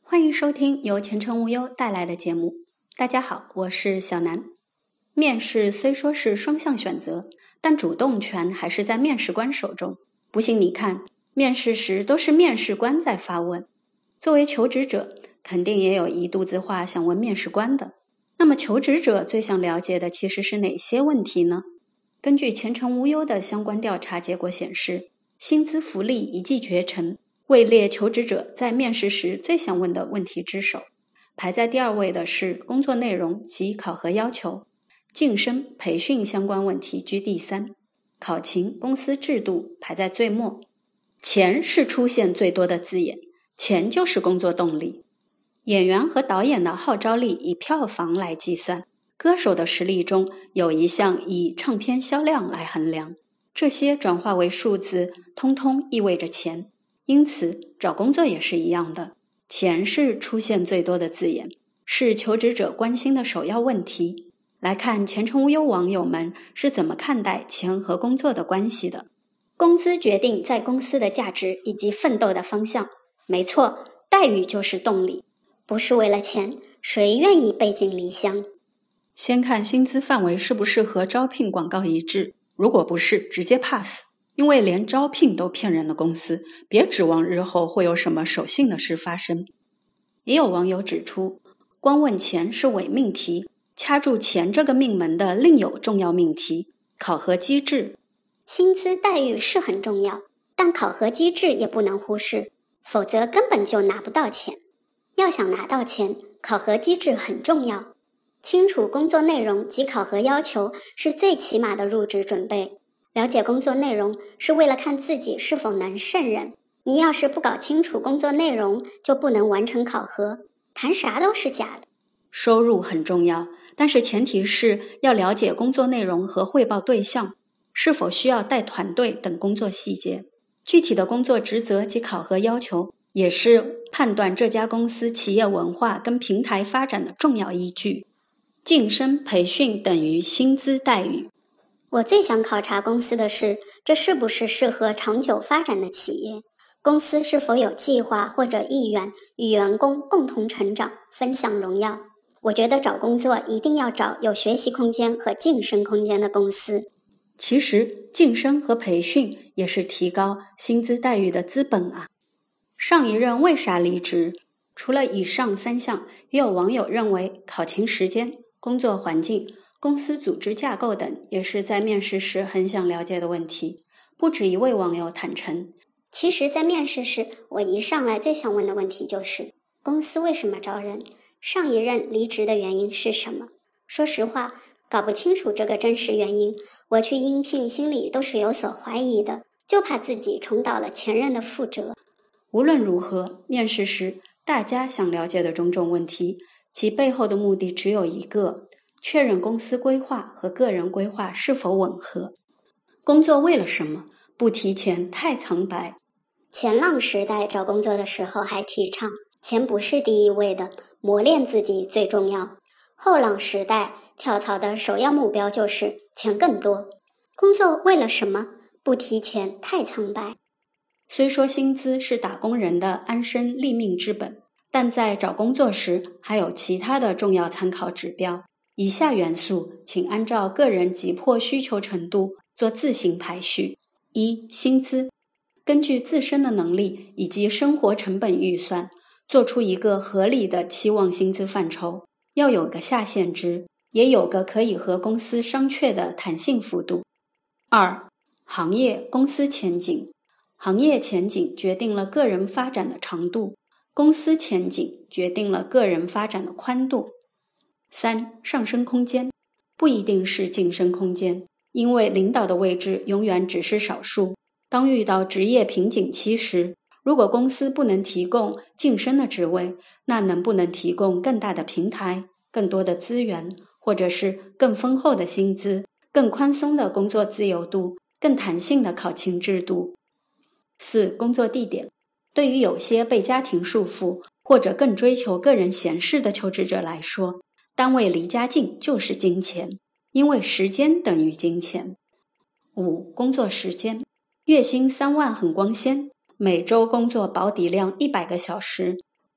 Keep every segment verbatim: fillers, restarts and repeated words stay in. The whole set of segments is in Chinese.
欢迎收听由前程无忧带来的节目。大家好，我是小南。面试虽说是双向选择，但主动权还是在面试官手中。不信你看，面试时都是面试官在发问。作为求职者，肯定也有一肚子话想问面试官的。那么求职者最想了解的其实是哪些问题呢？根据前程无忧的相关调查结果显示，薪资福利一骑绝尘，位列求职者在面试时最想问的问题之首。排在第二位的是工作内容及考核要求，晋升、培训相关问题居第三，考勤、公司制度排在最末。钱是出现最多的字眼，钱就是工作动力。演员和导演的号召力以票房来计算，歌手的实力中有一项以唱片销量来衡量，这些转化为数字，通通意味着钱。因此，找工作也是一样的，钱是出现最多的字眼，是求职者关心的首要问题。来看前程无忧网友们是怎么看待钱和工作的关系的。工资决定在公司的价值以及奋斗的方向。没错，待遇就是动力。不是为了钱，谁愿意背井离乡？先看薪资范围是不是和招聘广告一致，如果不是，直接 pass。因为连招聘都骗人的公司，别指望日后会有什么守信的事发生。也有网友指出，光问钱是伪命题，掐住钱这个命门的另有重要命题，考核机制。薪资待遇是很重要，但考核机制也不能忽视，否则根本就拿不到钱。要想拿到钱，考核机制很重要。清楚工作内容及考核要求是最起码的入职准备。了解工作内容是为了看自己是否能胜任。你要是不搞清楚工作内容，就不能完成考核，谈啥都是假的。收入很重要，但是前提是要了解工作内容和汇报对象，是否需要带团队等工作细节。具体的工作职责及考核要求也是判断这家公司企业文化跟平台发展的重要依据。晋升、培训等于薪资待遇。我最想考察公司的是，这是不是适合长久发展的企业？公司是否有计划或者意愿与员工共同成长，分享荣耀？我觉得找工作一定要找有学习空间和晋升空间的公司。其实，晋升和培训也是提高薪资待遇的资本啊。上一任为啥离职？除了以上三项，也有网友认为考勤时间、工作环境、公司组织架构等也是在面试时很想了解的问题。不止一位网友坦诚，其实在面试时，我一上来最想问的问题就是公司为什么招人？上一任离职的原因是什么？说实话，搞不清楚这个真实原因，我去应聘心里都是有所怀疑的，就怕自己重蹈了前任的覆辙。无论如何，面试时大家想了解的种种问题，其背后的目的只有一个，确认公司规划和个人规划是否吻合。工作为了什么？不提钱太苍白。前浪时代找工作的时候还提倡，钱不是第一位的，磨练自己最重要。后浪时代跳槽的首要目标就是钱更多。工作为了什么？不提钱太苍白。虽说薪资是打工人的安身立命之本，但在找工作时还有其他的重要参考指标。以下元素请按照个人急迫需求程度做自行排序。一、薪资。根据自身的能力以及生活成本预算，做出一个合理的期望薪资范畴，要有个下限值，也有个可以和公司商榷的弹性幅度。二、行业、公司前景。行业前景决定了个人发展的长度，公司前景决定了个人发展的宽度。三、上升空间。不一定是晋升空间，因为领导的位置永远只是少数。当遇到职业瓶颈期时，如果公司不能提供晋升的职位，那能不能提供更大的平台、更多的资源，或者是更丰厚的薪资、更宽松的工作自由度、更弹性的考勤制度？四、工作地点。对于有些被家庭束缚或者更追求个人闲适的求职者来说，单位离家近就是金钱，因为时间等于金钱。五、工作时间。月薪三万很光鲜，每周工作保底量一百个小时，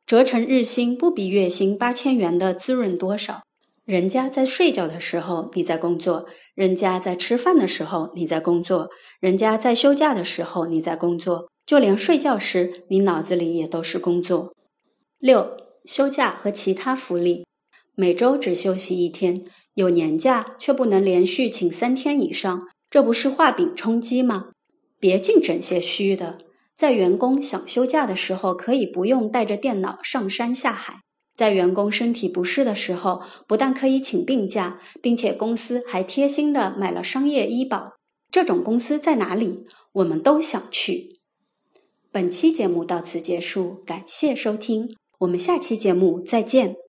折成日薪不比月薪八千元的滋润多少。人家在睡觉的时候你在工作，人家在吃饭的时候你在工作，人家在休假的时候你在工作，就连睡觉时你脑子里也都是工作。六、休假和其他福利。每周只休息一天，有年假却不能连续请三天以上，这不是画饼充饥吗？别净整些虚的。在员工想休假的时候，可以不用带着电脑上山下海。在员工身体不适的时候，不但可以请病假，并且公司还贴心的买了商业医保。这种公司在哪里？我们都想去。本期节目到此结束，感谢收听，我们下期节目再见。